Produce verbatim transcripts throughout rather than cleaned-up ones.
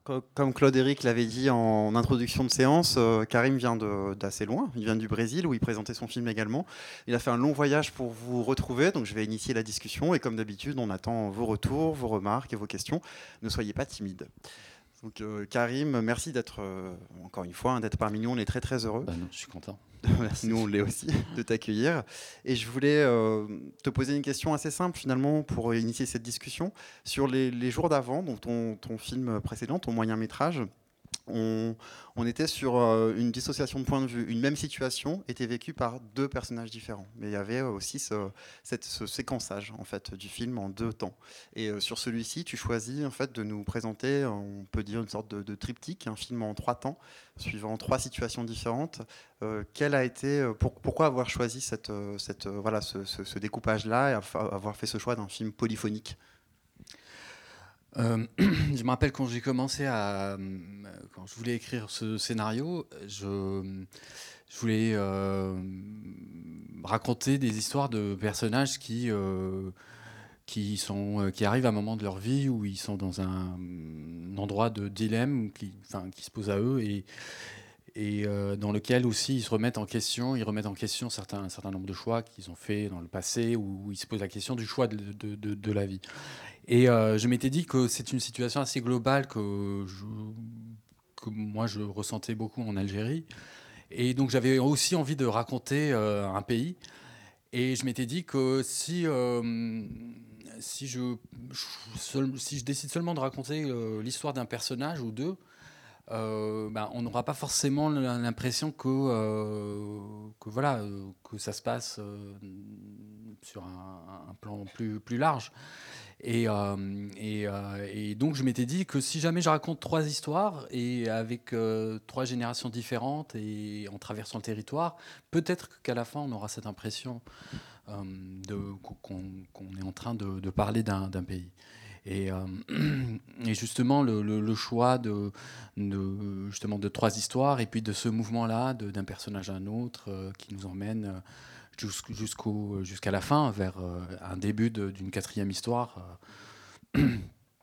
Alors, co- comme Claude-Éric l'avait dit en introduction de séance, euh, Karim vient de- d'assez loin. Il vient du Brésil où il présentait son film également. Il a fait un long voyage pour vous retrouver, donc je vais initier la discussion. Et comme d'habitude, on attend vos retours, vos remarques et vos questions. Ne soyez pas timide. Donc, euh, Karim, merci d'être, euh, encore une fois, hein, d'être parmi nous. On est très très heureux. Bah non, je suis content. Nous, on l'est aussi, de t'accueillir. Et je voulais euh, te poser une question assez simple, finalement, pour initier cette discussion. Sur les, les jours d'avant, donc ton, ton film précédent, ton moyen métrage, on, on était sur euh, une dissociation de point de vue. Une même situation était vécue par deux personnages différents. Mais il y avait aussi ce, cette- ce séquençage en fait, du film en deux temps. Et euh, sur celui-ci, tu choisis en fait, de nous présenter, on peut dire, une sorte de, de triptyque, un film en trois temps, suivant trois situations différentes. Euh, quel a été, euh, pour- pourquoi avoir choisi cette, euh, cette, euh, voilà, ce, ce- ce découpage-là et avoir fait ce choix d'un film polyphonique? Euh, je me rappelle quand j'ai commencé à. euh, Quand je voulais écrire ce scénario, je, je voulais euh, raconter des histoires de personnages qui, euh, qui, sont, euh, qui arrivent à un moment de leur vie où ils sont dans un, un endroit de dilemme qui, enfin, qui se pose à eux et, et euh, dans lequel aussi ils se remettent en question, ils remettent en question certains, un certain nombre de choix qu'ils ont fait dans le passé, où ils se posent la question du choix de, de, de, de la vie. Et euh, je m'étais dit que c'est une situation assez globale que, je, que moi je ressentais beaucoup en Algérie. Et donc j'avais aussi envie de raconter euh, un pays. Et je m'étais dit que si, euh, si, je, seul, si je décide seulement de raconter euh, l'histoire d'un personnage ou deux, euh, ben, on n'aura pas forcément l'impression que, euh, que, voilà, euh, que ça se passe euh, sur un, un plan plus, plus large. Et, euh, et, euh, et donc je m'étais dit que si jamais je raconte trois histoires et avec euh, trois générations différentes et en traversant le territoire, peut-être qu'à la fin on aura cette impression euh, de, qu'on, qu'on est en train de, de parler d'un, d'un pays. Et, euh, et justement le, le, le choix de, de, justement de trois histoires et puis de ce mouvement-là, de, d'un personnage à un autre euh, qui nous emmène euh, jusqu'au, jusqu'à la fin, vers euh, un début de, d'une quatrième histoire. Euh,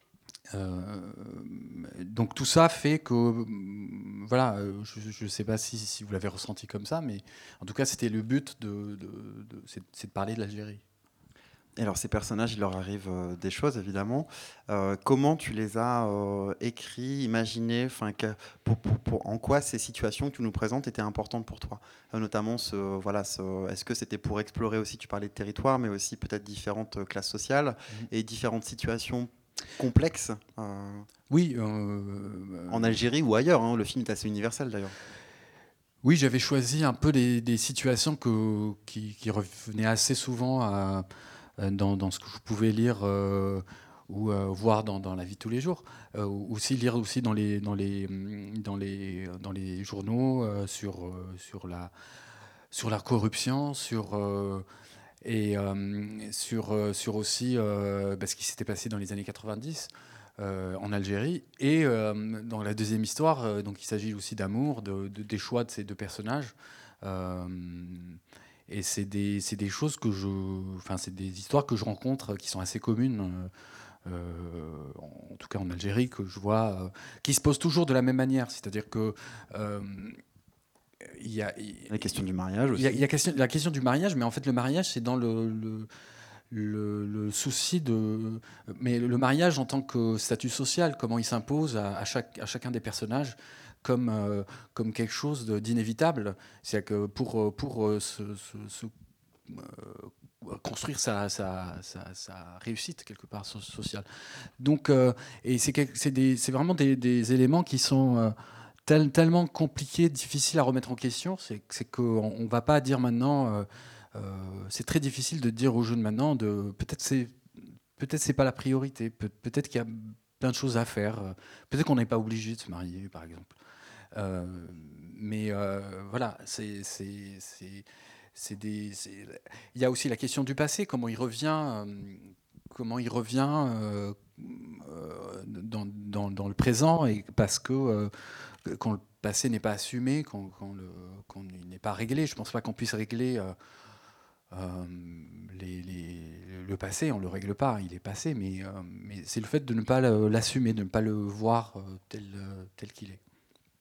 euh, donc tout ça fait que, euh, voilà, euh, je ne sais pas si, si vous l'avez ressenti comme ça, mais en tout cas c'était le but, de, de, de, c'est, c'est de parler de l'Algérie. Et alors ces personnages, il leur arrive euh, des choses évidemment. Euh, comment tu les as euh, écrits, imaginés, enfin que- pour, pour- pour- en quoi ces situations que tu nous présentes étaient importantes pour toi? Euh, notamment, ce, voilà, ce- est-ce que c'était pour explorer aussi, tu parlais de territoire, mais aussi peut-être différentes euh, classes sociales Mhm. et différentes situations complexes euh, Oui, euh, euh, en Algérie ou ailleurs, hein. Le film est assez universel d'ailleurs. oui, j'avais choisi un peu des, des situations que, qui, qui revenaient assez souvent à, dans, dans ce que je pouvais lire euh, ou euh, voir dans, dans la vie de tous les jours. Euh, aussi lire aussi dans les, dans les, dans les, dans les journaux euh, sur, euh, sur, la, sur la corruption, sur, euh, et euh, sur, euh, sur aussi euh, bah, ce qui s'était passé dans les années quatre-vingt-dix euh, en Algérie. Et euh, dans la deuxième histoire, euh, donc il s'agit aussi d'amour, de, de- des choix de ces deux personnages. Euh, et c'est des, c'est des choses que je, enfin c'est des histoires que je rencontre qui sont assez communes, euh, euh, en tout cas en Algérie, que je vois, euh, qui se posent toujours de la même manière. C'est-à-dire que euh, il y a, La question du mariage il y a, il y aussi. a question, la question du mariage, mais en fait le mariage c'est dans le, le, le, le souci de, mais le mariage en tant que statut social, comment il s'impose à, à, chaque, à chacun des personnages comme, euh, comme quelque chose de, d'inévitable. C'est-à-dire que pour, pour euh, se, se, se, euh, construire sa, sa, sa, sa réussite quelque part so- sociale. Donc, euh, et c'est, quel- c'est, des, c'est vraiment des, des éléments qui sont euh, tel- tellement compliqués, difficiles à remettre en question. C'est, c'est qu'on ne va pas dire maintenant. Euh, euh, c'est très difficile de dire aux jeunes maintenant de peut-être c'est peut-être c'est pas la priorité. Peut, peut-être qu'il y a plein de choses à faire. euh, Peut-être qu'on n'est pas obligé de se marier, par exemple. Euh, mais euh, voilà, c'est, c'est, c'est, c'est des. c'est- Il y a aussi la question du passé, comment il revient, euh, comment il revient euh, euh, dans, dans, dans le présent, et parce que euh, quand le passé n'est pas assumé, quand, quand, le, quand il n'est pas réglé, je ne pense pas qu'on puisse régler. Euh, Euh, les, les, le passé, on ne le règle pas, il est passé, mais, euh, mais c'est le fait de ne pas l'assumer, de ne pas le voir euh, tel, euh, tel qu'il est.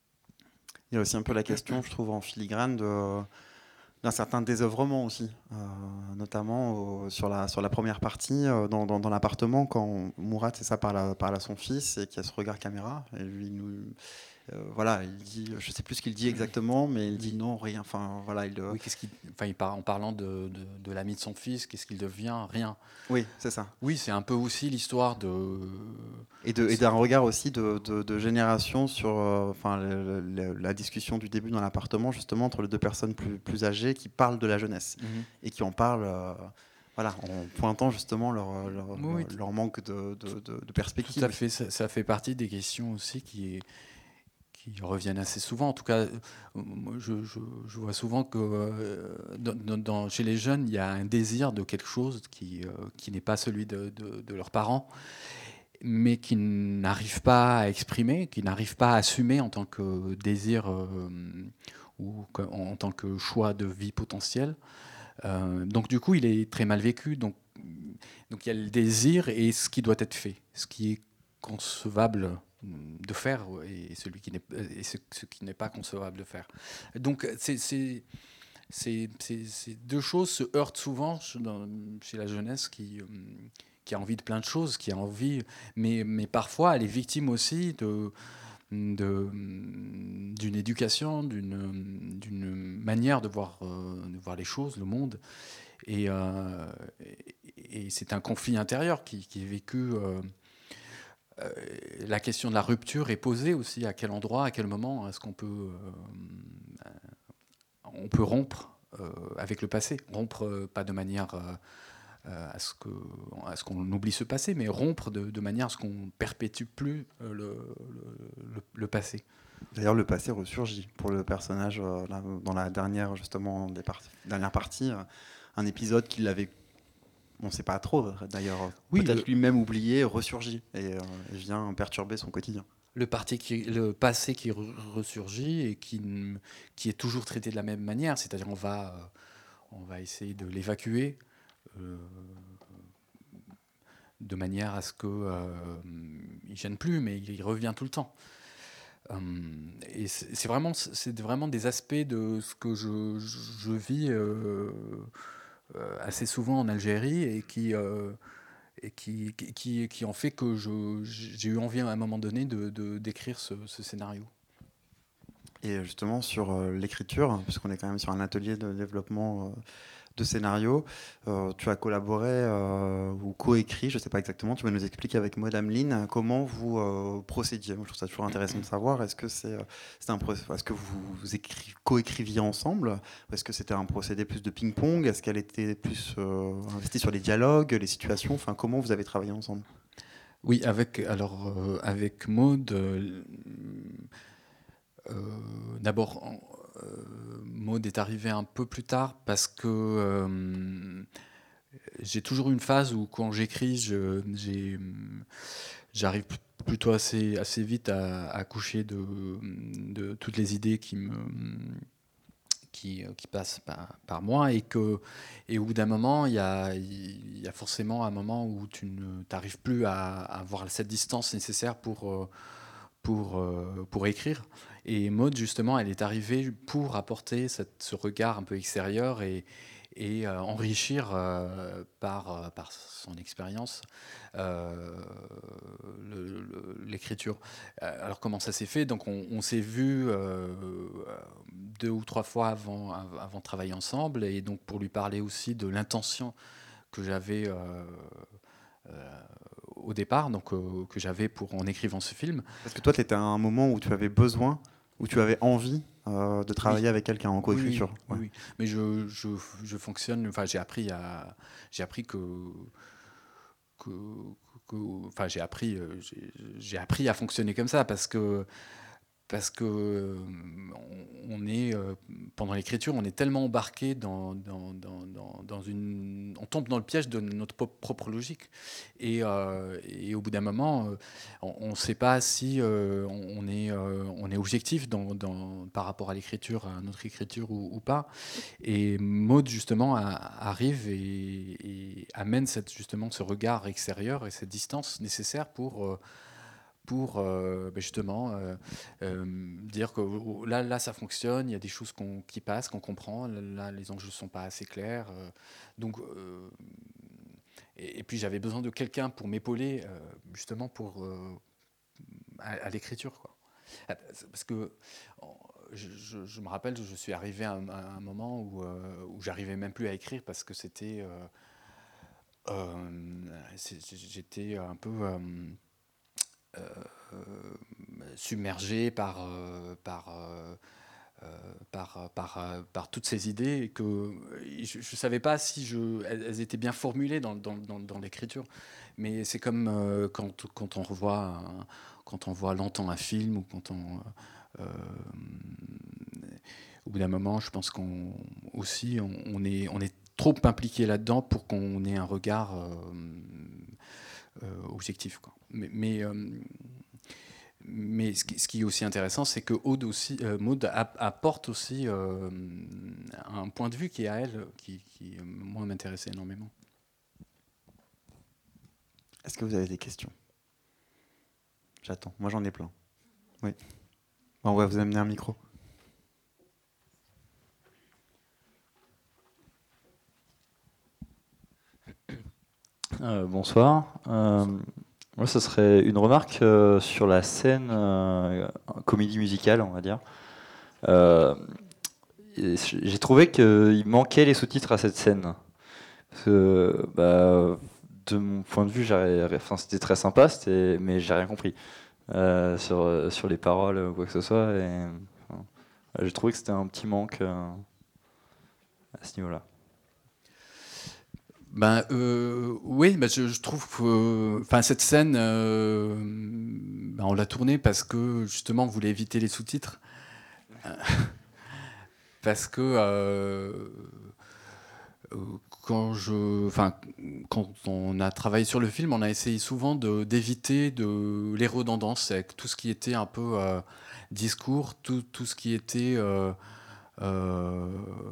Il y a aussi un peu la question, je trouve, en filigrane de, d'un certain désœuvrement aussi, euh, notamment au- sur, la, sur la première partie, euh, dans, dans, dans l'appartement, quand Mourad, c'est ça, parle à, parle à son fils et qu'il y a ce regard caméra, et lui, nous, euh, voilà, il dit, je sais plus ce qu'il dit exactement, mais il dit Oui. non, rien, enfin, voilà, il... euh, Oui, qu'est-ce qu'il, enfin, il par- en parlant de, de, de l'ami de son fils, qu'est-ce qu'il devient? Rien. Oui, c'est ça. Oui, c'est un peu aussi l'histoire de. Et, de, et c'est- d'un regard aussi de, de, de génération sur euh, enfin, le- le- la discussion du début dans l'appartement, justement, entre les deux personnes plus, plus âgées qui parlent de la jeunesse Mhm. et qui en parlent euh, voilà, en pointant justement leur, leur, Oui, oui, leur- t- leur manque de, de, de- de tout perspective à aussi. fait. Ça, ça fait partie des questions aussi qui, qui reviennent assez souvent. En tout cas, euh, moi, je, je- je vois souvent que euh, dans- dans- dans- chez les jeunes, il y a un désir de quelque chose qui, euh, qui n'est pas celui de, de- de leurs parents, mais qui n'arrivent pas à exprimer, qui n'arrivent pas à assumer en tant que désir euh, ou que- en tant que choix de vie potentiel. Euh, donc du coup, il est très mal vécu. Donc, donc il y a le désir et ce qui doit être fait, ce qui est concevable de faire et celui qui n'est et ce, ce qui n'est pas concevable de faire. Donc c'est c'est c'est- c'est- ces deux choses se heurtent souvent chez dans- chez la jeunesse qui, euh, qui a envie de plein de choses, qui a envie, mais, mais parfois elle est victime aussi de, de, d'une éducation, d'une, d'une manière de voir, euh, de voir les choses, le monde. Et, euh, et, et c'est un conflit intérieur qui, qui est vécu. Euh, euh, la question de la rupture est posée aussi. À quel endroit, à quel moment est-ce qu'on peut, euh, on peut rompre euh, avec le passé? Rompre euh, pas de manière euh, euh, à ce que, à ce qu'on oublie ce passé, mais rompre de, de manière à ce qu'on perpétue plus euh, le, le, le, le passé. D'ailleurs, le passé ressurgit pour le personnage euh, là, dans la dernière, justement, des par- dernière partie, euh, un épisode qui l'avait, on ne sait pas trop d'ailleurs, Oui, le, peut-être lui-même oublié, ressurgit et, euh, et vient perturber son quotidien. le, parti qui, le passé qui re- ressurgit et qui, qui est toujours traité de la même manière, c'est-à-dire on va, euh, on va essayer de l'évacuer euh, de manière à ce qu'il euh, ne gêne plus, mais il revient tout le temps. Hum, et c'est c'est vraiment, c'est vraiment des aspects de ce que je, je vis euh, euh, assez souvent en Algérie et qui, euh, et qui, qui, qui ont fait que je- j'ai eu envie à un moment donné de, de- d'écrire ce, ce scénario. Et justement sur euh, l'écriture, puisqu'on est quand même sur un atelier de développement euh, de scénario, euh, tu as collaboré euh, ou coécrit, je ne sais pas exactement, tu vas nous expliquer avec Madame Lynn comment vous euh, procédiez. Moi, je trouve ça toujours intéressant de savoir, est-ce que c'est, euh, c'est un procé- est-ce que vous, vous écri- coécriviez ensemble, ou est-ce que c'était un procédé plus de ping-pong, est-ce qu'elle était plus euh, investie sur les dialogues, les situations, enfin comment vous avez travaillé ensemble? Oui, avec, alors, euh, avec Maud, euh, euh, d'abord, euh, Maud est arrivée un peu plus tard parce que euh, j'ai toujours une phase où quand j'écris, je, j'ai, j'arrive plutôt assez, assez vite à, à coucher de, de toutes les idées qui me qui, qui passent par, par moi et que et au bout d'un moment il y a, il y a forcément un moment où tu ne t'arrives plus à, à avoir cette distance nécessaire pour euh, pour, euh, pour écrire. Et Maud, justement, elle est arrivée pour apporter cette, ce regard un peu extérieur et, et euh, enrichir euh, par, euh, par son expérience euh, le- le- l'écriture. Euh, Alors comment ça s'est fait? Donc on, on s'est vu euh, deux ou trois fois avant, av- avant de travailler ensemble et donc pour lui parler aussi de l'intention que j'avais euh, euh, au départ, donc euh, que j'avais pour en écrivant ce film. Parce que toi, tu étais à un moment où tu avais besoin, où tu avais envie euh, de Oui, travailler avec quelqu'un en oui, oui, coécriture. oui, Ouais. oui. Mais je, je, je fonctionne. Enfin, j'ai appris à, j'ai appris que, que, que- enfin, j'ai appris, euh, j'ai j'ai appris à fonctionner comme ça parce que parce que euh, on est euh, pendant l'écriture, on est tellement embarqué dans, dans, dans, dans, dans une, on tombe dans le piège de notre propre logique, et, euh, et au bout d'un moment, euh, on ne sait pas si euh, on est euh, on est objectif dans, dans, par rapport à l'écriture, à notre écriture ou, ou pas. Et Maud justement a, arrive et, et amène cette, justement ce regard extérieur et cette distance nécessaire pour euh, pour euh, ben justement euh, euh, dire que là, là, ça fonctionne, il y a des choses qu'on, qui passent, qu'on comprend, là, les enjeux ne sont pas assez clairs. Euh, donc, euh, et, et puis, j'avais besoin de quelqu'un pour m'épauler, euh, justement, pour, euh, à, à l'écriture, quoi. Parce que je, je, je me rappelle, je suis arrivé à un, à un moment où, euh, où j'arrivais même plus à écrire parce que c'était... Euh, euh, j'étais un peu... Euh, Euh, submergé par, euh, par, euh, par, par, par toutes ces idées et que je ne savais pas si je, elles étaient bien formulées dans, dans, dans, dans l'écriture. Mais c'est comme euh, quand, quand on revoit un, quand on voit longtemps un film ou quand on... Euh, au bout d'un moment, je pense qu'on aussi on, on, est, on est trop impliqué là-dedans pour qu'on ait un regard euh, euh, objectif, quoi. Mais, mais euh, Mais ce qui, ce qui est aussi intéressant, c'est que Aude aussi, euh, Maud apporte aussi euh, un point de vue qui est à elle, qui, qui moi, m'intéressait énormément. Est-ce que vous avez des questions? J'attends. Moi, j'en ai plein. Oui. On va vous amener un micro. Euh, bonsoir. Euh, moi, ce serait une remarque euh, sur la scène euh, comédie musicale, on va dire. Euh, j'ai trouvé qu'il manquait les sous-titres à cette scène. Parce que, bah, de mon point de vue, enfin, c'était très sympa, c'était, mais j'ai rien compris euh, sur, sur les paroles ou quoi que ce soit. Et, enfin, j'ai trouvé que c'était un petit manque euh, à ce niveau-là. Ben, euh, oui, ben je, je trouve que enfin, cette scène, euh, ben on l'a tournée parce que justement on voulait éviter les sous-titres. Parce que euh, quand, je, enfin, quand on a travaillé sur le film, on a essayé souvent de, d'éviter de, les redondances avec tout ce qui était un peu euh, discours, tout, tout ce qui était... Euh, euh,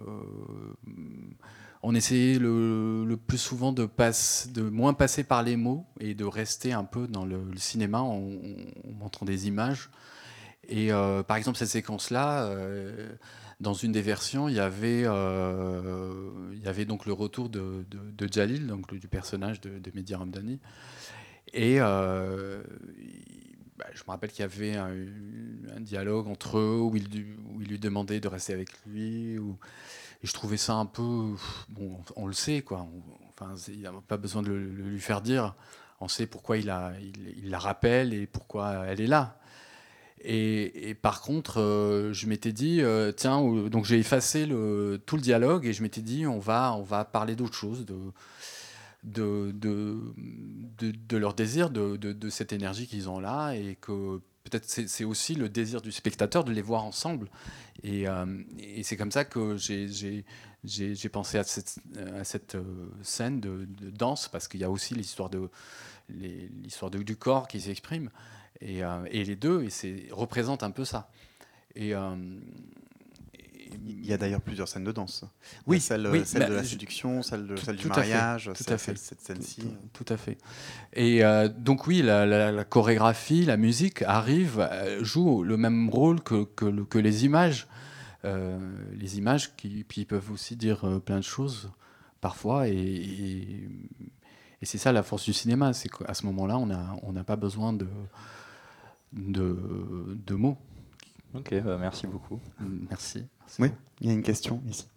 on essayait le, le plus souvent de, passe, de moins passer par les mots et de rester un peu dans le, le cinéma en, en montrant des images. Et euh, par exemple, cette séquence-là, euh, dans une des versions, il y avait, euh, il y avait donc le retour de, de, de Jalil, donc du personnage de, de Mehdi Ramdani. Et euh, bah, je me rappelle qu'il y avait un, un dialogue entre eux où il, où il lui demandait de rester avec lui. Où, et je trouvais ça un peu... Bon, on le sait, quoi. Enfin, il n'y a pas besoin de le, le lui faire dire. On sait pourquoi il, a, il, il la rappelle et pourquoi elle est là. Et, et par contre, euh, je m'étais dit, euh, tiens, euh, donc j'ai effacé le, tout le dialogue et je m'étais dit, on va, on va parler d'autre chose, de, de, de, de, de leur désir, de, de, de cette énergie qu'ils ont là, et que peut-être c'est, c'est aussi le désir du spectateur de les voir ensemble. Et, euh, et c'est comme ça que j'ai, j'ai, j'ai, j'ai pensé à cette, à cette scène de, de danse, parce qu'il y a aussi l'histoire, de, les, l'histoire de, du corps qui s'exprime. Et, euh, et les deux, et c'est, représentent un peu ça. Et, euh, et il y a d'ailleurs plusieurs scènes de danse. Oui, celle, oui, celle bah, de la je, séduction, celle, de, tout, celle du tout mariage, à fait, tout celle, à fait, cette scène-ci. Tout, tout, tout à fait. Et euh, donc oui, la, la, la chorégraphie, la musique arrive, joue le même rôle que, que, que les images. Euh, les images qui, qui peuvent aussi dire euh, plein de choses parfois. Et, et, et c'est ça la force du cinéma, c'est qu'à ce moment-là, on n'a on n'a pas besoin de, de, de mots. Ok, bah merci beaucoup. Merci. merci oui, il y a une question ici.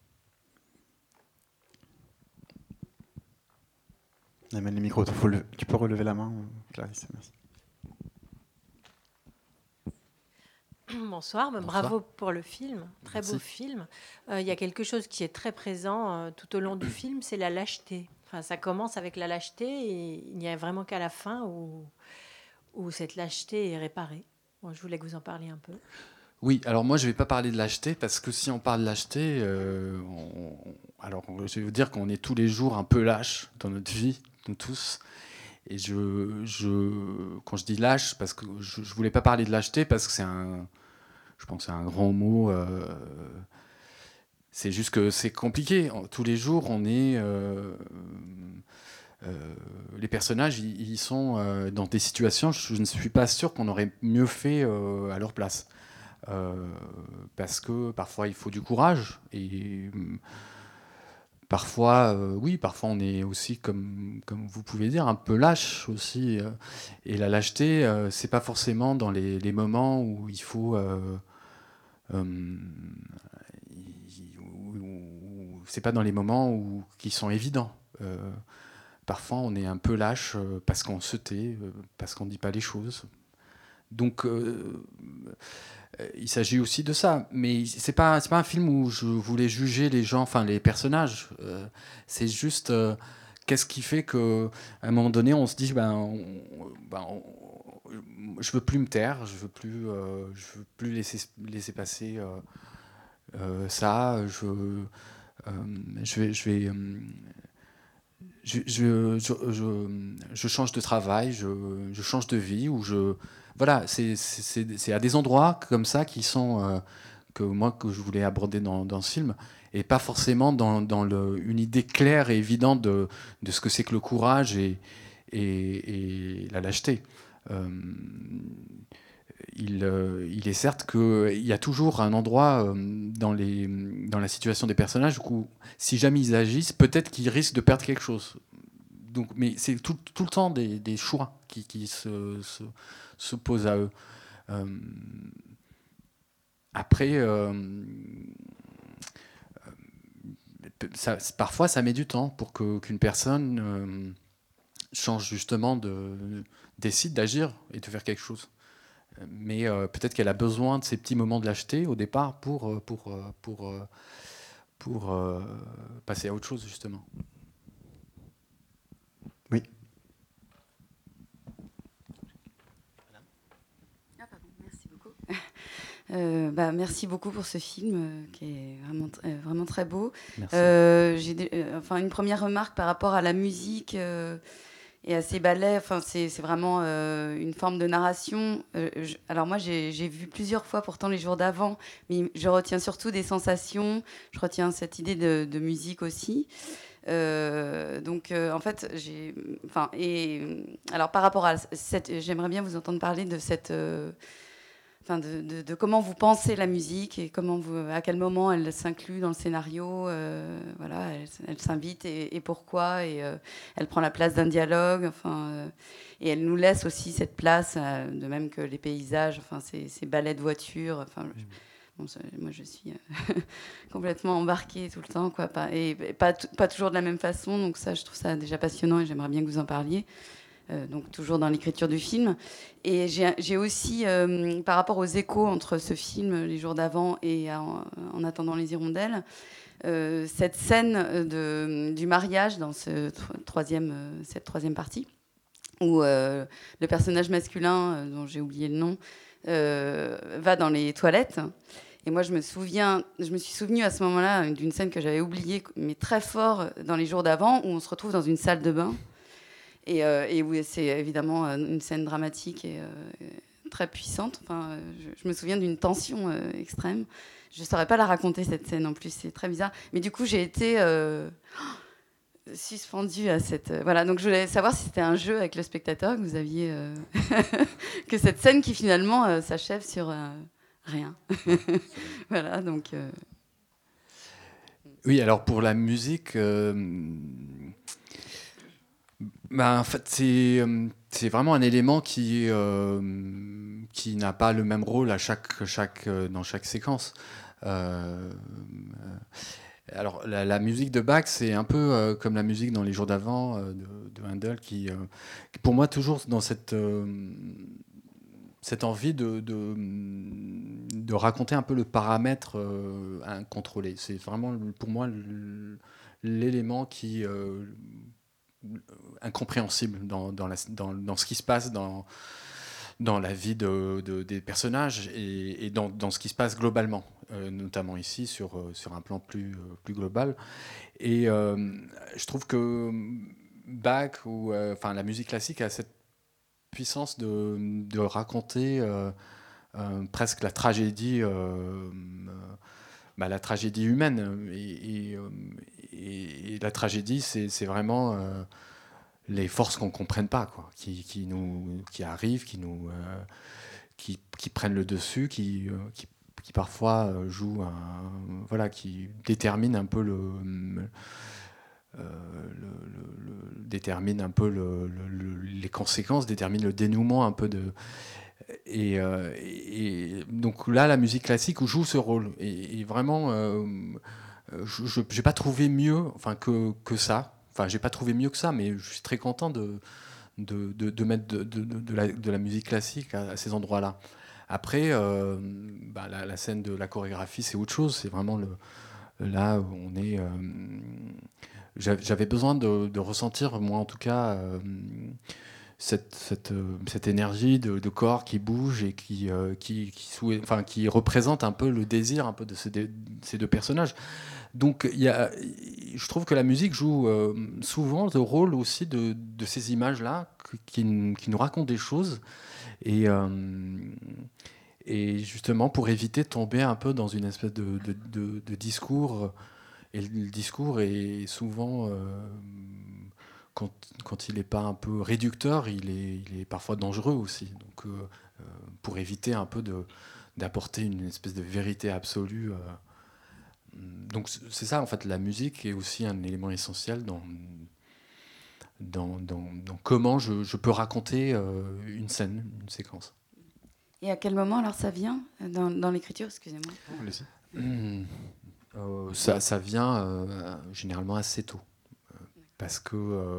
Amène le micro, faut le... tu peux relever la main, Clarisse, merci. Bonsoir, Bonsoir, bravo pour le film, très Merci. beau film. Euh, il y a quelque chose qui est très présent euh, tout au long du film, c'est la lâcheté. Enfin, ça commence avec la lâcheté et il n'y a vraiment qu'à la fin où, où cette lâcheté est réparée. Bon, je voulais que vous en parliez un peu. Oui, alors moi je ne vais pas parler de lâcheté parce que si on parle de lâcheté, euh, on- alors je vais vous dire qu'on est tous les jours un peu lâches dans notre vie, nous tous. Et je, je, quand je dis lâche, parce que je, je voulais pas parler de lâcheté parce que c'est un, je pense que c'est un grand mot. euh, c'est juste que c'est compliqué. Tous les jours, on est, euh, euh, les personnages, ils, ils sont euh, dans des situations. Je ne suis pas sûr qu'on aurait mieux fait euh, à leur place. Euh, parce que parfois il faut du courage et euh, parfois euh, oui parfois on est aussi comme comme vous pouvez dire un peu lâche aussi euh, et la lâcheté euh, c'est pas forcément dans les, les moments où il faut euh, euh, il- où- où- c'est pas dans les moments où qui sont évidents. Euh, parfois on est un peu lâche euh, parce qu'on se tait euh, parce qu'on dit pas les choses donc euh, Euh, il s'agit aussi de ça, mais c'est pas c'est pas un film où je voulais juger les gens, enfin les personnages. Euh, c'est juste euh, qu'est-ce qui fait que à un moment donné on se dit ben, on- ben, on- je veux plus me taire, je veux plus euh, je veux plus laisser laisser passer euh, euh, ça. Je euh, je vais je vais euh, je, je, je, je- je change de travail, je, je change de vie, ou je voilà, c'est c'est- c'est à des endroits comme ça qui sont euh, que moi que je voulais aborder dans, dans ce film, et pas forcément dans, dans le, une idée claire et évidente de, de ce que c'est que le courage et, et, et la lâcheté. Euh, il, euh, il est certes qu'il y a toujours un endroit euh, dans, les, dans la situation des personnages où, si jamais ils agissent, peut-être qu'ils risquent de perdre quelque chose. Donc, mais c'est tout, tout le temps des, des choix qui, qui se, se, se posent à eux. Euh, après, euh, ça, parfois, ça met du temps pour que, qu'une personne euh, change justement de décide d'agir et de faire quelque chose. Mais euh, peut-être qu'elle a besoin de ces petits moments de lâcheté au départ pour, euh, pour, euh, pour, euh, pour euh, passer à autre chose, justement. Oui. Ah, pardon, merci beaucoup. Euh, bah, merci beaucoup pour ce film euh, qui est vraiment, euh, vraiment très beau. Euh, j'ai des, euh, enfin, une première remarque par rapport à la musique euh, et à ces ballets. Enfin, c'est, c'est vraiment euh, une forme de narration. Euh, je, alors moi, j'ai, j'ai vu plusieurs fois pourtant les jours d'avant, mais je retiens surtout des sensations. Je retiens cette idée de, de musique aussi. Euh, donc, euh, en fait, j'ai, enfin, et alors par rapport à cette, j'aimerais bien vous entendre parler de cette euh, Enfin, de, de, de comment vous pensez la musique et comment vous, à quel moment elle s'inclut dans le scénario. Euh, voilà, elle, elle s'invite et, et pourquoi. Et euh, elle prend la place d'un dialogue. Enfin, euh, et elle nous laisse aussi cette place, euh, de même que les paysages. Enfin, ces, ces ballets de voitures. Enfin, je, bon, ça, moi, je suis euh, complètement embarquée tout le temps, quoi. Pas, et, et pas, pas toujours de la même façon. Donc ça, je trouve ça déjà passionnant et j'aimerais bien que vous en parliez. Euh, donc toujours dans l'écriture du film. Et j'ai, j'ai aussi, euh, par rapport aux échos entre ce film, Les jours d'avant, et En, en attendant les hirondelles, euh, cette scène de, du mariage dans ce troisième, euh, cette troisième partie, où euh, le personnage masculin, euh, dont j'ai oublié le nom, euh, va dans les toilettes. Et moi, je me souviens, je me suis souvenue à ce moment-là d'une scène que j'avais oubliée, mais très fort dans Les jours d'avant, où on se retrouve dans une salle de bain. Et, euh, et oui, c'est évidemment une scène dramatique et euh, très puissante. Enfin, je, je me souviens d'une tension euh, extrême. Je ne saurais pas la raconter, cette scène, en plus. C'est très bizarre. Mais du coup, j'ai été euh, suspendue à cette... Euh, voilà, donc je voulais savoir si c'était un jeu avec le spectateur que vous aviez... Euh, que cette scène qui, finalement, euh, s'achève sur euh, rien. Voilà, donc... Euh... Oui, alors pour la musique... Euh Ben, en fait, c'est, c'est vraiment un élément qui, euh, qui n'a pas le même rôle à chaque, chaque, dans chaque séquence. Euh, alors, la, la musique de Bach, c'est un peu euh, comme la musique dans Les jours d'avant euh, de, de Handel, qui, euh, qui, pour moi, toujours dans cette, euh, cette envie de, de, de raconter un peu le paramètre euh, incontrôlé. C'est vraiment, pour moi, l'élément qui... Euh, incompréhensible dans, dans, la, dans, dans ce qui se passe dans, dans la vie de, de, des personnages et, et dans, dans ce qui se passe globalement, euh, notamment ici sur, euh, sur un plan plus, euh, plus global. Et euh, je trouve que Bach ou euh, enfin la musique classique a cette puissance de, de raconter euh, euh, presque la tragédie, euh, bah, la tragédie humaine. Et, et, et, et la tragédie, c'est, c'est vraiment euh, les forces qu'on ne comprenne pas, quoi, qui, qui, nous, qui arrivent, qui, nous, euh, qui, qui prennent le dessus, qui, euh, qui, qui parfois euh, jouent, un, voilà, qui déterminent un peu le, euh, le, le, le déterminent un peu le, le, les conséquences, déterminent le dénouement un peu de. Et, euh, et donc là, la musique classique joue ce rôle. Et, et vraiment, euh, je n'ai pas trouvé mieux, enfin que que ça. Enfin, j'ai pas trouvé mieux que ça, mais je suis très content de, de, de, de mettre de, de, de, la, de la musique classique à, à ces endroits-là. Après, euh, bah, la, la scène de la chorégraphie, c'est autre chose. C'est vraiment le, là où on est. Euh, j'avais besoin de, de ressentir, moi en tout cas, euh, cette, cette, cette énergie de, de corps qui bouge et qui, euh, qui, qui, souhait, enfin, qui représente un peu le désir un peu de ces, de ces deux personnages. Donc, y a, je trouve que la musique joue euh, souvent le rôle aussi de, de ces images-là qui, qui nous racontent des choses. Et, euh, et justement, pour éviter de tomber un peu dans une espèce de, de, de, de discours. Et le discours est souvent, euh, quand, quand il n'est pas un peu réducteur, il est, il est parfois dangereux aussi. Donc, euh, pour éviter un peu de, d'apporter une espèce de vérité absolue. Euh, donc c'est ça, en fait, la musique est aussi un élément essentiel dans, dans, dans, dans comment je, je peux raconter euh, une scène, une séquence. Et à quel moment alors ça vient dans, dans l'écriture, excusez-moi. Mmh. Euh, ça, ça vient euh, généralement assez tôt. Euh, parce que... Euh,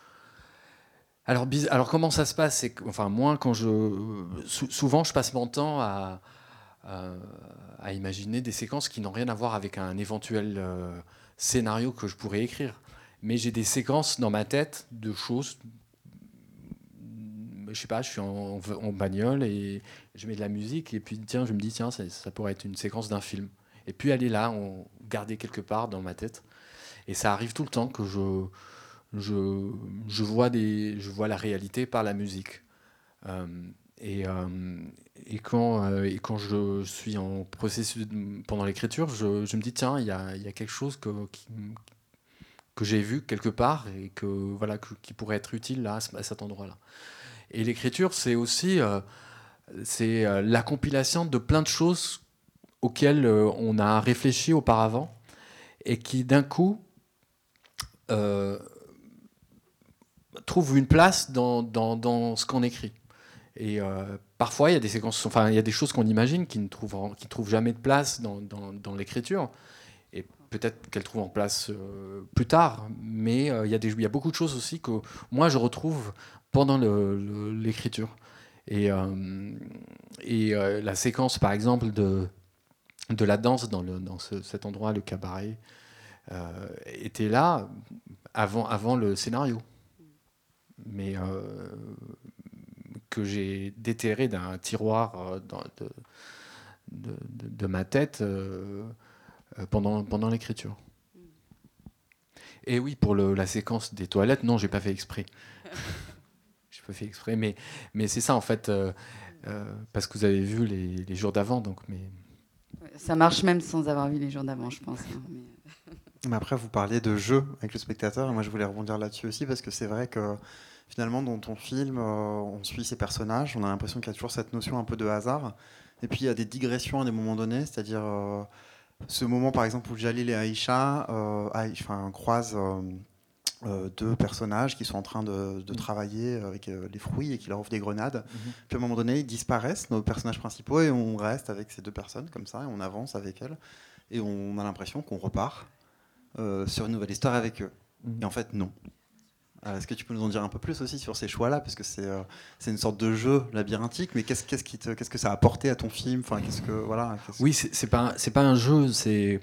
alors, biz- alors, comment ça se passe? C'est que, enfin, moi, quand je... sou- souvent, je passe mon temps à... Euh, à imaginer des séquences qui n'ont rien à voir avec un éventuel euh, scénario que je pourrais écrire. Mais j'ai des séquences dans ma tête de choses. Je sais pas, je suis en, en bagnole et je mets de la musique et puis tiens, je me dis tiens, ça, ça pourrait être une séquence d'un film. Et puis elle est là, on gardée quelque part dans ma tête. Et ça arrive tout le temps que je je, je vois des je vois la réalité par la musique. Euh, Et, euh, et, quand, euh, et quand je suis en processus de, pendant l'écriture, je, je me dis tiens, il y a, y a quelque chose que, qui, que j'ai vu quelque part et que, voilà, que, qui pourrait être utile là, à cet endroit-là. Et l'écriture, c'est aussi euh, c'est, euh, la compilation de plein de choses auxquelles euh, on a réfléchi auparavant et qui d'un coup euh, trouvent une place dans, dans, dans ce qu'on écrit. Et euh, parfois, il y a des séquences, enfin, il y a des choses qu'on imagine qui ne trouvent, qui trouvent jamais de place dans, dans, dans l'écriture. Et peut-être qu'elles trouvent en place euh, plus tard. Mais euh, il y a des, il y a beaucoup de choses aussi que moi je retrouve pendant le, le, l'écriture. Et, euh, et euh, la séquence, par exemple, de, de la danse dans, le, dans ce, cet endroit, le cabaret, euh, était là avant, avant le scénario. Mais euh, que j'ai déterré d'un tiroir dans, de, de, de, de ma tête euh, pendant, pendant l'écriture. Et oui, pour le, la séquence des toilettes, non, j'ai pas fait exprès. J'ai pas fait exprès, mais, mais c'est ça en fait, euh, euh, parce que vous avez vu les, les jours d'avant, donc. Mais... Ça marche même sans avoir vu les jours d'avant, je pense. Hein, mais... mais après, vous parliez de jeu avec le spectateur, et moi je voulais rebondir là-dessus aussi, parce que c'est vrai que finalement, dans ton film, euh, on suit ces personnages, on a l'impression qu'il y a toujours cette notion un peu de hasard, et puis il y a des digressions à des moments donnés, c'est-à-dire euh, ce moment par exemple où Jalil et Aïcha euh, enfin, croisent euh, euh, deux personnages qui sont en train de, de mmh. travailler avec euh, les fruits et qui leur offrent des grenades, mmh. puis à un moment donné, ils disparaissent, nos personnages principaux, et on reste avec ces deux personnes comme ça, et on avance avec elles, et on a l'impression qu'on repart euh, sur une nouvelle histoire avec eux. Mmh. Et en fait, non. Est-ce que tu peux nous en dire un peu plus aussi sur ces choix-là, parce que c'est, euh, c'est une sorte de jeu labyrinthique, mais qu'est-ce, qu'est-ce, qui te, qu'est-ce que ça a apporté à ton film, enfin, qu'est-ce que, voilà, qu'est-ce... Oui, c'est, c'est, pas, c'est pas un jeu, c'est...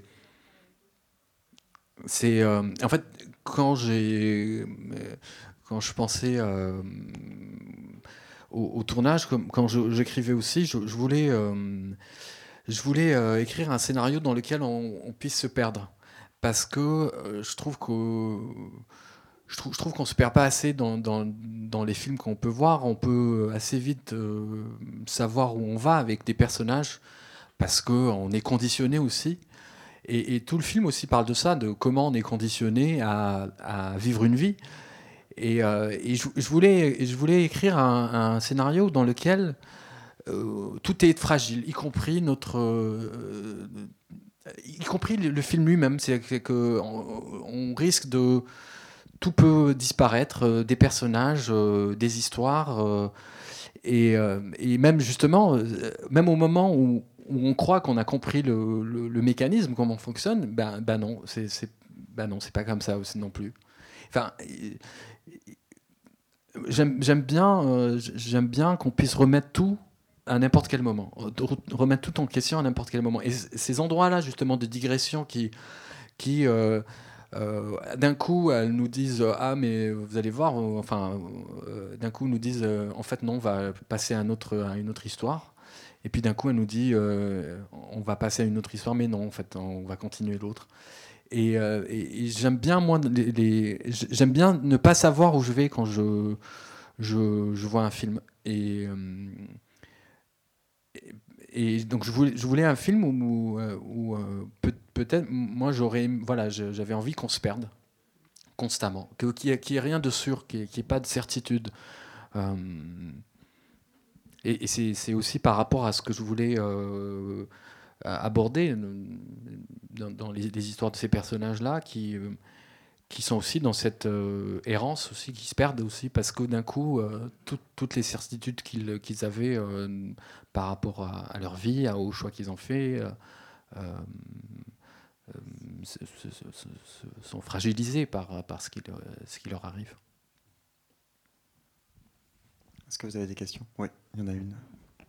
c'est euh, en fait, quand, j'ai, quand je pensais euh, au, au tournage, comme, quand je, j'écrivais aussi, je, je voulais, euh, je voulais euh, écrire un scénario dans lequel on, on puisse se perdre. Parce que euh, je trouve que je trouve, je trouve qu'on se perd pas assez dans, dans, dans les films qu'on peut voir. On peut assez vite euh, savoir où on va avec des personnages parce qu'on est conditionné aussi. Et, et tout le film aussi parle de ça, de comment on est conditionné à, à vivre une vie. Et, euh, et je, je, voulais, je voulais écrire un, un scénario dans lequel euh, tout est fragile, y compris notre... Euh, y compris le, le film lui-même. C'est qu'on on risque de... Tout peut disparaître, euh, des personnages, euh, des histoires. Euh, et, euh, et même justement, euh, même au moment où, où on croit qu'on a compris le, le, le mécanisme, comment on fonctionne, ben, ben non, c'est, c'est, ben non, c'est pas comme ça aussi non plus. Enfin, j'aime, j'aime bien, euh, j'aime bien qu'on puisse remettre tout à n'importe quel moment, remettre tout en question à n'importe quel moment. Et ces endroits-là, justement, de digression qui, qui euh, euh, d'un coup, elles nous disent euh, ah mais vous allez voir, euh, enfin, euh, d'un coup, nous disent euh, en fait non, on va passer à, un autre, à une autre histoire. Et puis d'un coup, elle nous dit euh, on va passer à une autre histoire, mais non, en fait, on va continuer l'autre. Et, euh, et, et j'aime bien moi, les, les, j'aime bien ne pas savoir où je vais quand je je, je vois un film. Et, euh, et, et donc je voulais, je voulais un film où, où, où euh, peut, peut-être moi j'aurais, voilà, j'avais envie qu'on se perde constamment, que, qu'il n'y ait, qu'il y ait rien de sûr, qu'il n'y ait, ait pas de certitude. Euh, et et c'est, c'est aussi par rapport à ce que je voulais euh, aborder dans, dans les, les histoires de ces personnages-là qui, euh, qui sont aussi dans cette euh, errance aussi, qui se perdent aussi parce que d'un coup, euh, tout, toutes les certitudes qu'ils, qu'ils avaient euh, par rapport à, à leur vie, à, aux choix qu'ils ont faits, euh, euh, se, se, se, se, sont fragilisés par, par ce, qui, ce qui leur arrive. Est-ce que vous avez des questions ? Oui, il y en a une.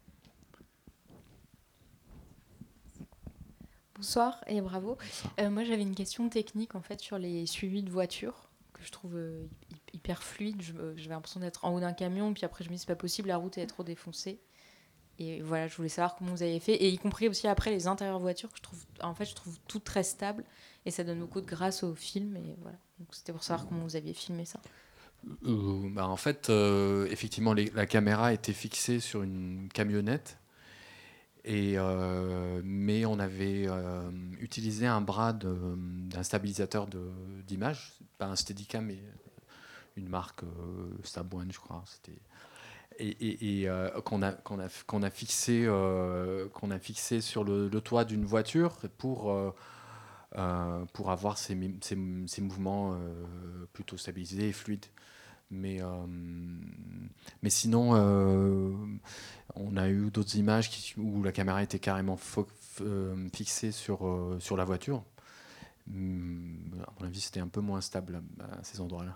Bonsoir et bravo. Euh, moi, j'avais une question technique en fait sur les suivis de voitures que je trouve euh, hyper fluide. Je, euh, j'avais l'impression d'être en haut d'un camion, puis après je me dis c'est pas possible, la route est trop défoncée. Et voilà, je voulais savoir comment vous avez fait, et y compris aussi après les intérieurs voitures que je trouve, en fait, je trouve tout très stable et ça donne beaucoup de grâce au film. Et voilà, donc c'était pour savoir comment vous aviez filmé ça. Euh, bah en fait, euh, effectivement, les, la caméra était fixée sur une camionnette. Et euh, mais on avait euh, utilisé un bras de, d'un stabilisateur de, d'image, pas un Steadicam, mais une marque euh, Sabouane, je crois. C'était et, et, et euh, qu'on a qu'on a qu'on a fixé euh, qu'on a fixé sur le, le toit d'une voiture pour euh, euh, pour avoir ces, ces, ces mouvements euh, plutôt stabilisés et fluides. Mais, euh, mais sinon, euh, on a eu d'autres images qui, où la caméra était carrément fo- f- euh, fixée sur, euh, sur la voiture. Hum, à mon avis, c'était un peu moins stable à, à ces endroits-là.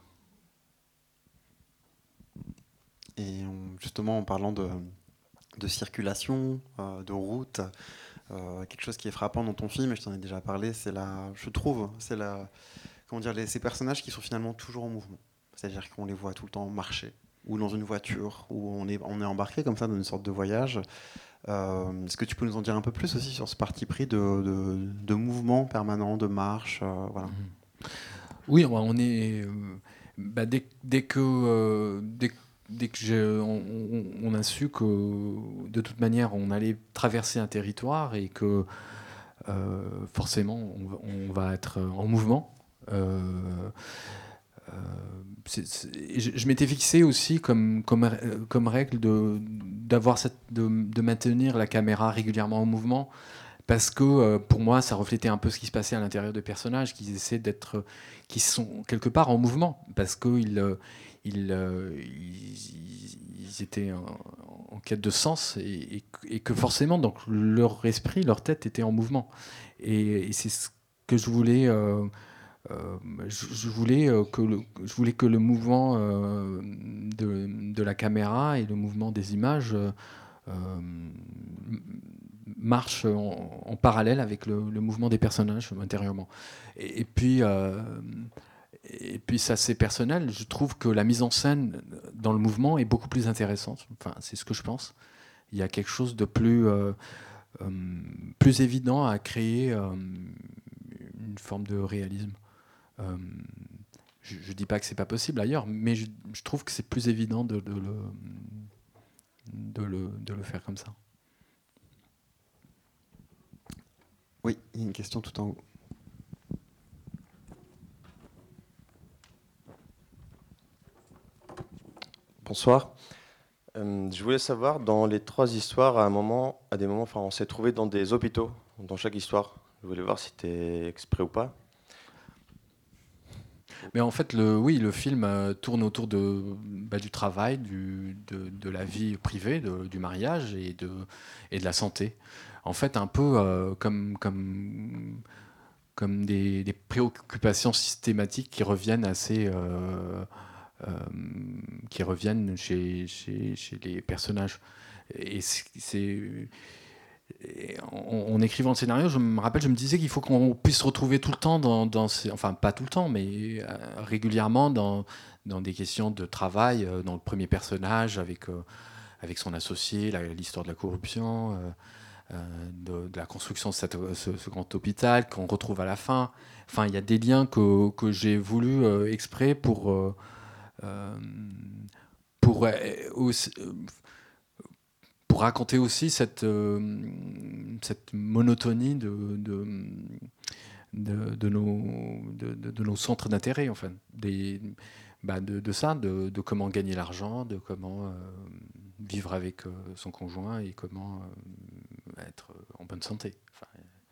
Et on, justement, en parlant de, de circulation, euh, de route, euh, quelque chose qui est frappant dans ton film, et je t'en ai déjà parlé, c'est la, je trouve, c'est la, comment dire, les, ces personnages qui sont finalement toujours en mouvement. C'est-à-dire qu'on les voit tout le temps marcher, ou dans une voiture, où on est, on est embarqué comme ça dans une sorte de voyage. Euh, est-ce que tu peux nous en dire un peu plus aussi sur ce parti pris de, de, de mouvement permanent, de marche, euh, voilà. Oui, on est euh, bah, dès, dès que euh, dès, dès que j'ai, on, on, on a su que de toute manière on allait traverser un territoire et que euh, forcément on va, on va être en mouvement. Euh, Euh, c'est, c'est, je, je m'étais fixé aussi comme, comme, comme règle de, d'avoir cette, de, de maintenir la caméra régulièrement en mouvement parce que euh, pour moi ça reflétait un peu ce qui se passait à l'intérieur des personnages qui essaient d'être, qui sont quelque part en mouvement parce qu'ils ils, ils, ils étaient en, en quête de sens et, et, et que forcément donc leur esprit, leur tête était en mouvement et, et c'est ce que je voulais euh, Euh, je, je, voulais, euh, que le, je voulais que le mouvement euh, de, de la caméra et le mouvement des images euh, marchent en, en parallèle avec le, le mouvement des personnages intérieurement. Et, et puis, euh, et puis ça c'est personnel, je trouve que la mise en scène dans le mouvement est beaucoup plus intéressante. Enfin, c'est ce que je pense. Il y a quelque chose de plus, euh, euh, plus évident à créer euh, une forme de réalisme. Euh, je ne dis pas que c'est pas possible ailleurs, mais je, je trouve que c'est plus évident de, de, le, de, le, de le faire comme ça. Oui, il y a une question tout en haut. Bonsoir. Euh, je voulais savoir, dans les trois histoires, à un moment, à des moments, enfin, on s'est trouvé dans des hôpitaux, dans chaque histoire. Je voulais voir si c'était exprès ou pas. Mais en fait, le, oui, le film euh, tourne autour de, bah, du travail, du, de, de la vie privée, de, du mariage et de, et de la santé. En fait, un peu euh, comme, comme, comme des, des préoccupations systématiques qui reviennent assez... Euh, Euh, qui reviennent chez, chez, chez les personnages. Et c'est, et en, en écrivant le scénario, je me rappelle, je me disais qu'il faut qu'on puisse se retrouver tout le temps dans, dans ces, enfin pas tout le temps, mais euh, régulièrement dans, dans des questions de travail, euh, dans le premier personnage avec, euh, avec son associé, la, l'histoire de la corruption, euh, euh, de, de la construction de cette, ce, ce grand hôpital qu'on retrouve à la fin. Enfin, il y a des liens que, que j'ai voulu euh, exprès pour euh, Euh, pour, aussi, pour raconter aussi cette, euh, cette monotonie de, de, de, de, nos, de, de, de nos centres d'intérêt, enfin, des, bah de, de ça, de, de comment gagner l'argent, de comment euh, vivre avec euh, son conjoint et comment euh, être en bonne santé. Enfin,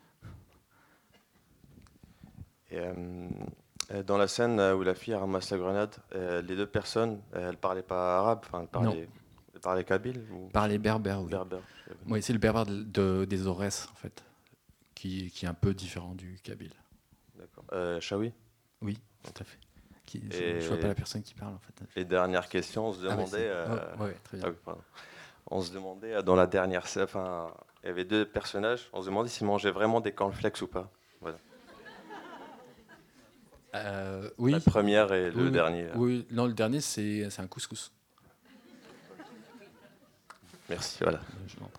et, euh... Dans la scène où la fille ramasse la grenade, euh, les deux personnes, elles ne parlaient pas arabe, enfin, elles parlaient, elles parlaient kabyle ou... Parlaient berbère, oui. Berbère. Oui, c'est le berbère de, de, des Aurès, en fait, qui, qui est un peu différent du kabyle. D'accord. Euh, Chaoui ? Oui, tout à fait. Qui, je ne vois pas la personne qui parle, en fait. Et dernière question, on se demandait... Ah, euh... oh, ouais, très bien. Ah, oui, on se demandait, dans la dernière scène, enfin, il y avait deux personnages, on se demandait s'ils mangeaient vraiment des cornflakes ou pas. Voilà. Euh, oui. La première et le oui, dernier. Oui, non, le dernier, c'est, c'est un couscous. Merci, voilà. Je l'entends.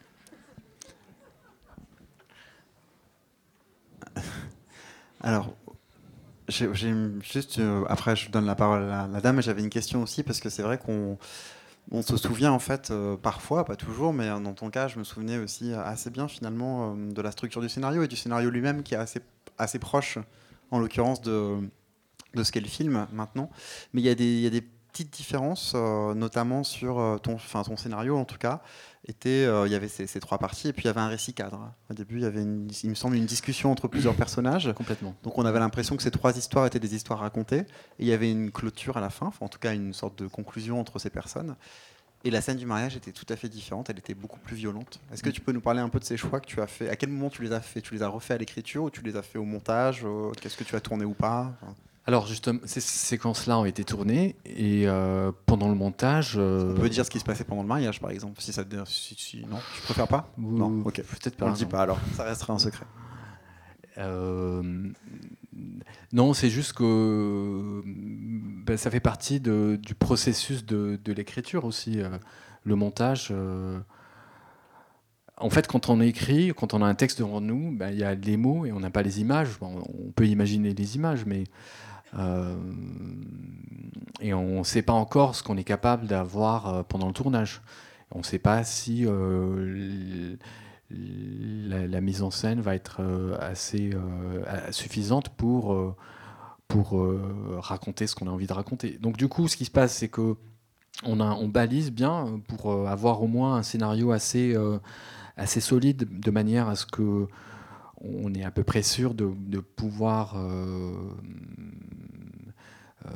Alors, j'ai, j'ai juste, euh, après je donne la parole à la dame, mais j'avais une question aussi, parce que c'est vrai qu'on on se souvient en fait, euh, parfois, pas toujours, mais dans ton cas, je me souvenais aussi assez bien finalement euh, de la structure du scénario et du scénario lui-même qui est assez, assez proche, en l'occurrence, de, de ce qu'est le film maintenant. Mais il y a des, il y a des petites différences, euh, notamment sur euh, ton, enfin, ton scénario en tout cas. Était, euh, il y avait ces, ces trois parties et puis il y avait un récit cadre. Au début, il y avait, une, il me semble, une discussion entre plusieurs personnages. Complètement. Donc on avait l'impression que ces trois histoires étaient des histoires racontées. Et il y avait une clôture à la fin, enfin, en tout cas une sorte de conclusion entre ces personnes. Et la scène du mariage était tout à fait différente, elle était beaucoup plus violente. Est-ce que tu peux nous parler un peu de ces choix que tu as fait ? À quel moment tu les as fait ? Tu les as refaits à l'écriture ou tu les as fait au montage ? Qu'est-ce que tu as tourné ou pas ? Enfin... Alors justement, ces séquences-là ont été tournées et euh, pendant le montage... Euh... On peut dire ce qui se passait pendant le mariage, par exemple. Si ça te... si, si... Non, tu préfères pas ? Ou... Non, ok. Peut-être pas. On le dit pas alors, ça restera un secret. Euh... Non, c'est juste que ben, ça fait partie de, du processus de, de l'écriture aussi. Euh, le montage. Euh... En fait, quand on écrit, quand on a un texte devant nous, ben, y a les mots et on n'a pas les images. Bon, on peut imaginer les images, mais euh... et on ne sait pas encore ce qu'on est capable d'avoir pendant le tournage. On ne sait pas si euh, la, la mise en scène va être assez euh, suffisante pour, euh, pour euh, raconter ce qu'on a envie de raconter. Donc du coup, ce qui se passe, c'est que on, a, on balise bien pour avoir au moins un scénario assez, euh, assez solide, de manière à ce que on est à peu près sûr de, de pouvoir euh, euh,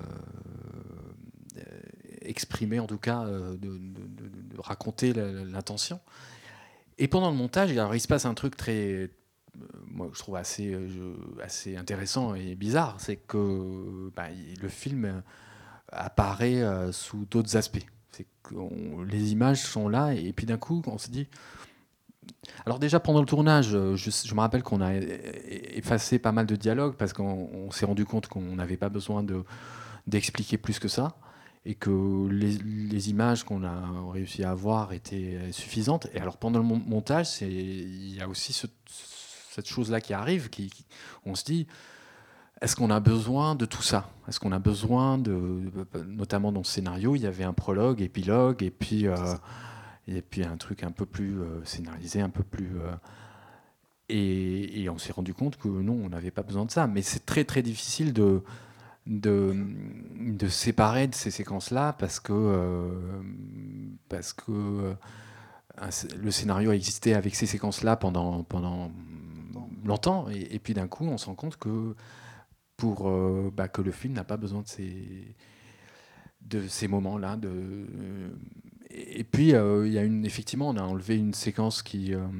exprimer, en tout cas, euh, de, de, de, de raconter l'intention. Et pendant le montage, alors, il se passe un truc très, euh, moi, je trouve assez, euh, assez intéressant et bizarre, c'est que bah, le film apparaît euh, sous d'autres aspects. C'est que on, les images sont là et puis d'un coup, on se dit... Alors déjà pendant le tournage, je, je me rappelle qu'on a effacé pas mal de dialogues parce qu'on on s'est rendu compte qu'on n'avait pas besoin de, d'expliquer plus que ça et que les, les images qu'on a réussi à avoir étaient suffisantes. Et alors pendant le montage, c'est, il y a aussi ce, cette chose-là qui arrive, qui, qui, on se dit, est-ce qu'on a besoin de tout ça ? Est-ce qu'on a besoin de, notamment dans ce scénario, il y avait un prologue, épilogue, et puis, euh, et puis un truc un peu plus euh, scénarisé, un peu plus... Euh, et, et on s'est rendu compte que non, on n'avait pas besoin de ça. Mais c'est très très difficile de... De, de séparer de ces séquences-là parce que, euh, parce que euh, un, le scénario a existé avec ces séquences-là pendant, pendant longtemps et, et puis d'un coup on se rend compte que, pour, euh, bah, que le film n'a pas besoin de ces, de ces moments-là. De, euh, et, et puis euh, y a une, effectivement on a enlevé une séquence qui, euh,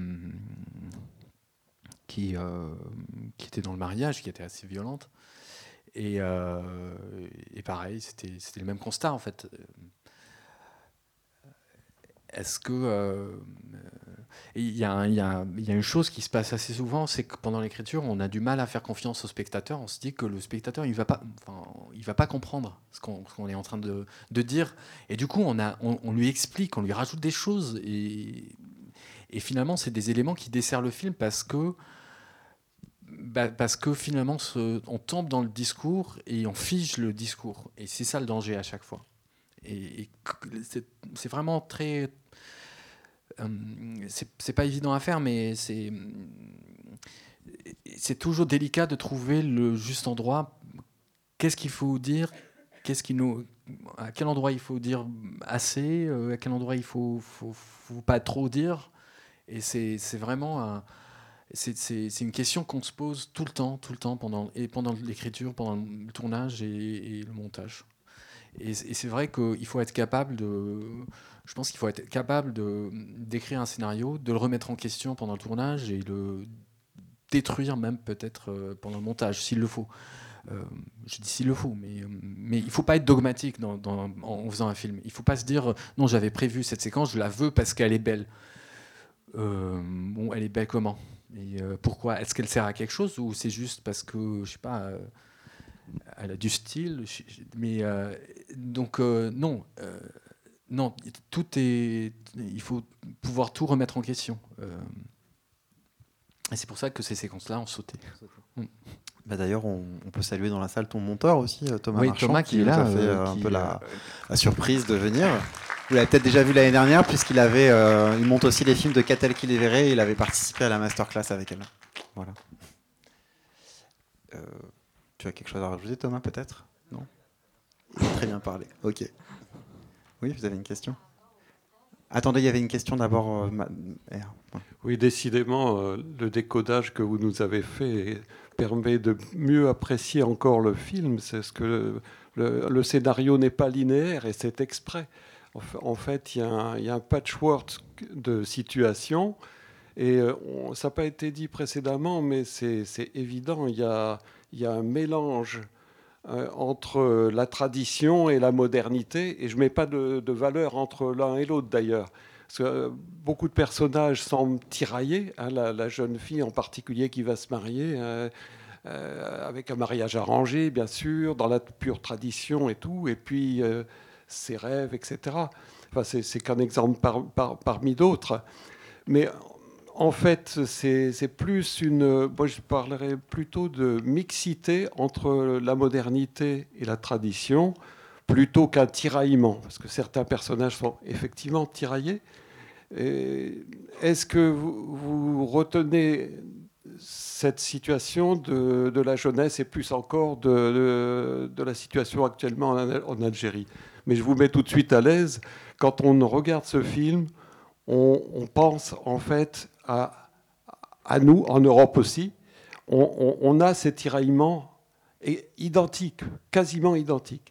qui, euh, qui était dans le mariage, qui était assez violente. Et, euh, et pareil, c'était, c'était le même constat en fait. Est-ce que euh, il y, y, y a une chose qui se passe assez souvent, c'est que pendant l'écriture, on a du mal à faire confiance au spectateur. On se dit que le spectateur, il va pas, enfin, il va pas comprendre ce qu'on, ce qu'on est en train de, de dire. Et du coup, on, a, on, on lui explique, on lui rajoute des choses. Et, et finalement, c'est des éléments qui desserrent le film parce que Bah, parce que finalement, ce, on tombe dans le discours et on fige le discours. Et c'est ça le danger à chaque fois. Et, et c'est, c'est vraiment très... Euh, c'est, c'est pas évident à faire, mais c'est, c'est toujours délicat de trouver le juste endroit. Qu'est-ce qu'il faut dire ? Qu'est-ce qui nous, à quel endroit il faut dire assez ? À quel endroit il faut, faut, faut pas trop dire ? Et c'est, c'est vraiment un... C'est, c'est, c'est une question qu'on se pose tout le temps, tout le temps, pendant, et pendant l'écriture, pendant le tournage et, et le montage. Et, et c'est vrai qu'il faut être capable de... Je pense qu'il faut être capable de, d'écrire un scénario, de le remettre en question pendant le tournage et le détruire même peut-être pendant le montage, s'il le faut. Euh, je dis s'il le faut, mais, mais il ne faut pas être dogmatique dans, dans, en faisant un film. Il ne faut pas se dire « Non, j'avais prévu cette séquence, je la veux parce qu'elle est belle. Euh, » Bon, elle est belle comment ? Et euh, pourquoi ? Est-ce qu'elle sert à quelque chose ou c'est juste parce que, je sais pas, euh, elle a du style ? Mais euh, donc euh, non, euh, non, tout est, il faut pouvoir tout remettre en question. Euh, et c'est pour ça que ces séquences-là ont sauté. Mm. Bah d'ailleurs, on, on peut saluer dans la salle ton monteur aussi, Thomas oui, Marchand, Thomas qui, qui est là, nous a fait euh, un qui, peu la, euh, la surprise de venir. Vous l'avez peut-être déjà vu l'année dernière, puisqu'il avait, euh, il monte aussi les films de Catel qui les verrait, et il avait participé à la masterclass avec elle. Voilà. Euh, tu as quelque chose à rajouter, Thomas, peut-être ? Non ? Il a très bien parlé. Ok. Oui, vous avez une question ? Attendez, il y avait une question d'abord. Euh, ma... Oui, décidément, euh, le décodage que vous nous avez fait permet de mieux apprécier encore le film. C'est ce que le, le, le scénario n'est pas linéaire et c'est exprès. En fait, il y a un, il y a un patchwork de situations et on, ça n'a pas été dit précédemment, mais c'est, c'est évident. Il y a, il y a un mélange euh, entre la tradition et la modernité et je ne mets pas de, de valeur entre l'un et l'autre d'ailleurs. Parce que beaucoup de personnages semblent tiraillés, hein, la, la jeune fille en particulier qui va se marier, euh, euh, avec un mariage arrangé, bien sûr, dans la pure tradition et tout, et puis euh, ses rêves, et cetera. Enfin, c'est, c'est qu'un exemple par, par, parmi d'autres. Mais en fait, c'est, c'est plus une... Moi, je parlerais plutôt de mixité entre la modernité et la tradition, plutôt qu'un tiraillement, parce que certains personnages sont effectivement tiraillés. Et est-ce que vous, vous retenez cette situation de, de la jeunesse et plus encore de, de, de la situation actuellement en, en Algérie ? Mais je vous mets tout de suite à l'aise. Quand on regarde ce film, on, on pense en fait à, à nous, en Europe aussi. On, on, on a ces tiraillements identiques, quasiment identiques.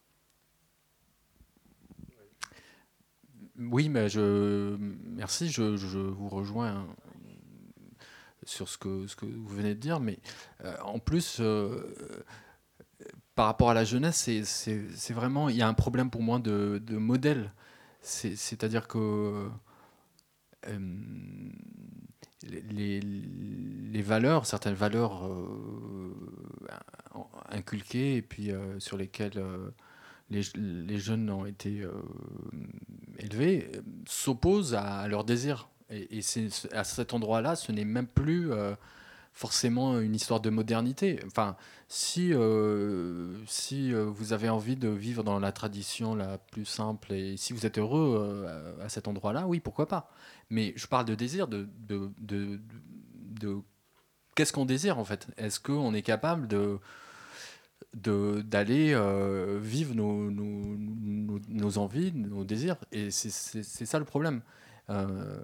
Oui, mais je merci. Je, je vous rejoins sur ce que ce que vous venez de dire, mais euh, en plus, euh, par rapport à la jeunesse, c'est, c'est, c'est vraiment il y a un problème pour moi de, de modèle. C'est, c'est-à-dire que euh, les, les valeurs, certaines valeurs euh, inculquées et puis euh, sur lesquelles euh, les, les jeunes ont été euh, élevés, euh, s'opposent à, à leur désir. Et, et c'est, à cet endroit-là, ce n'est même plus euh, forcément une histoire de modernité. Enfin, si, euh, si euh, vous avez envie de vivre dans la tradition la plus simple et si vous êtes heureux euh, à cet endroit-là, oui, pourquoi pas. Mais je parle de désir, de, de, de, de, de qu'est-ce qu'on désire en fait. Est-ce qu'on est capable de, de, d'aller euh, vivre nos, nos, nos, nos envies, nos désirs? Et c'est, c'est, c'est ça le problème. Euh,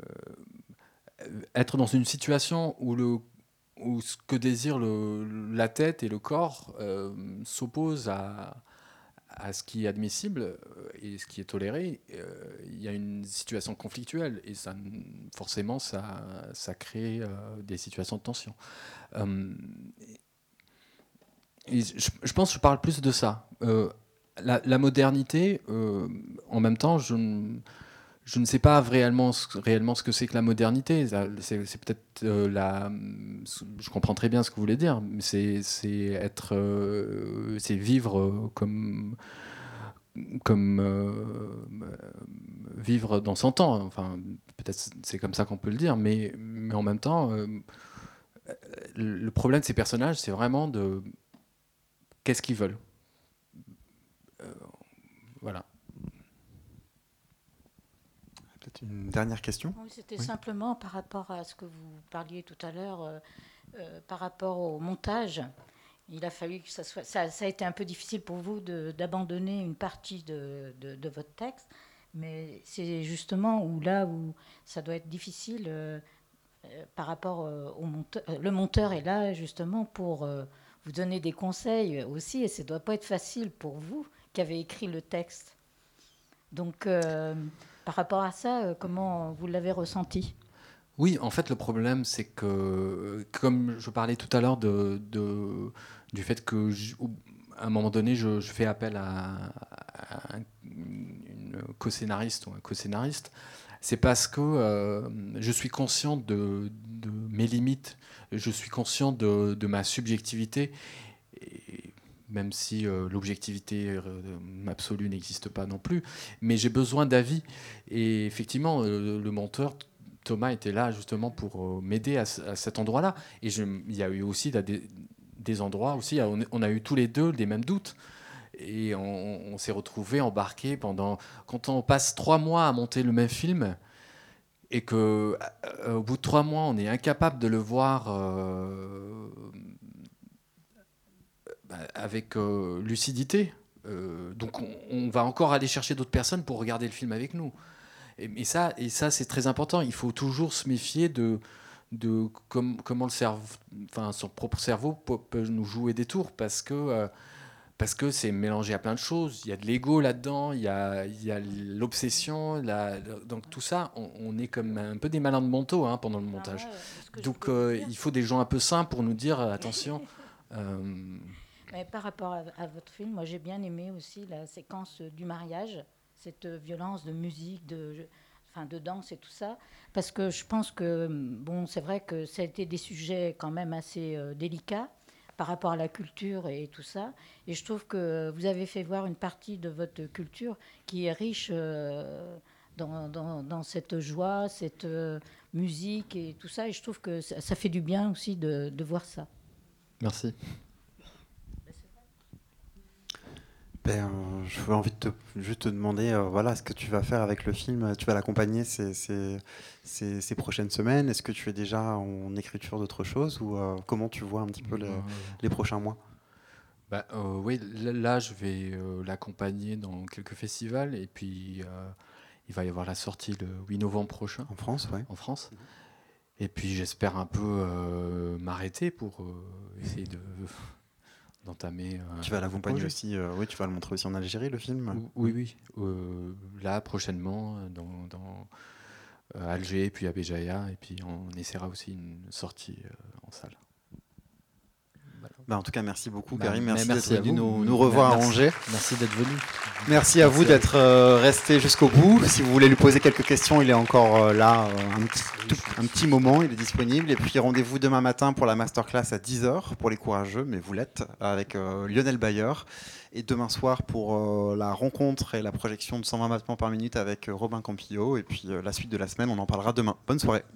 être dans une situation où le où ce que désire le, la tête et le corps euh, s'opposent à, à ce qui est admissible et ce qui est toléré, euh, il y a une situation conflictuelle et ça, forcément ça, ça crée euh, des situations de tension. Euh, et je, je pense que je parle plus de ça. Euh, la, la modernité, euh, en même temps, je ne... Je ne sais pas réellement, réellement ce que c'est que la modernité. C'est, c'est peut-être euh, la. Je comprends très bien ce que vous voulez dire, mais c'est, c'est être, euh, c'est vivre comme, comme euh, vivre dans son temps. Enfin, peut-être c'est comme ça qu'on peut le dire, mais, mais en même temps, euh, le problème de ces personnages, c'est vraiment de qu'est-ce qu'ils veulent. Euh, voilà. Une dernière question. Oui, c'était oui. simplement par rapport à ce que vous parliez tout à l'heure, euh, euh, par rapport au montage. Il a fallu que ça soit. Ça, ça a été un peu difficile pour vous de, d'abandonner une partie de, de, de votre texte, mais c'est justement où là où ça doit être difficile euh, euh, par rapport euh, au monteur. Le monteur est là justement pour euh, vous donner des conseils aussi, et ça ne doit pas être facile pour vous qui avez écrit le texte. Donc. Euh, Par rapport à ça, comment vous l'avez ressenti ? Oui, en fait, le problème, c'est que, comme je parlais tout à l'heure de, de, du fait que, je, à un moment donné, je, je fais appel à, à une co-scénariste ou un co-scénariste, c'est parce que euh, je suis conscient de, de mes limites, je suis conscient de, de ma subjectivité. Et, même si euh, l'objectivité euh, absolue n'existe pas non plus, mais j'ai besoin d'avis. Et effectivement, euh, le monteur, Thomas, était là justement pour euh, m'aider à, à cet endroit-là. Et je, il y a eu aussi là, des, des endroits aussi, on, on a eu tous les deux les mêmes doutes. Et on, on s'est retrouvés embarqués pendant... Quand on passe trois mois à monter le même film, et qu'au euh, bout de trois mois, on est incapable de le voir... Euh, avec euh, lucidité. Euh, donc on, on va encore aller chercher d'autres personnes pour regarder le film avec nous. Et, et, ça, et ça, c'est très important. Il faut toujours se méfier de, de com, comment le cerveau, enfin, son propre cerveau peut, peut nous jouer des tours parce que, euh, parce que c'est mélangé à plein de choses. Il y a de l'ego là-dedans, il y a, il y a l'obsession. La, donc tout ça, on, on est comme un peu des malins de manteau hein, pendant le montage. Ah ouais, donc euh, il faut des gens un peu sains pour nous dire attention. euh, Mais par rapport à, à votre film, moi j'ai bien aimé aussi la séquence du mariage, cette violence de musique, de, enfin, de danse et tout ça, parce que je pense que, bon, c'est vrai que ça a été des sujets quand même assez euh, délicats par rapport à la culture et tout ça, et je trouve que vous avez fait voir une partie de votre culture qui est riche euh, dans, dans, dans cette joie, cette euh, musique et tout ça, et je trouve que ça, ça fait du bien aussi de, de voir ça. Merci. Ben, euh, je veux envie de te, juste te demander, euh, voilà, ce que tu vas faire avec le film. Tu vas l'accompagner ces, ces, ces, ces prochaines semaines. Est-ce que tu es déjà en écriture d'autre chose ou euh, comment tu vois un petit peu les, euh, les prochains mois ? Bah, euh, oui, là, je vais euh, l'accompagner dans quelques festivals et puis euh, il va y avoir la sortie le huit novembre prochain. En France, oui. En France. Mmh. Et puis j'espère un peu euh, m'arrêter pour euh, essayer de... d'entamer. Euh, tu vas l'accompagner aussi, euh, oui, tu vas le montrer aussi en Algérie, le film ? Oui, oui. Euh, là, prochainement, dans, dans euh, Alger, puis à Béjaïa, et puis on essaiera aussi une sortie euh, en salle. Voilà. Bah, en tout cas, merci beaucoup, Bah, Karim. Merci, merci d'être à venu vous. nous, nous revoir Merci. à Angers. Merci d'être venu. Merci à Merci vous à d'être euh, resté jusqu'au bout. Si vous voulez lui poser quelques questions, il est encore euh, là euh, un, petit, tout- un petit moment, il est disponible. Et puis rendez-vous demain matin pour la masterclass à dix heures pour les courageux, mais vous l'êtes, avec euh, Lionel Bayer. Et demain soir pour euh, la rencontre et la projection de cent vingt battements par minute avec euh, Robin Campillo. Et puis euh, la suite de la semaine, on en parlera demain. Bonne soirée.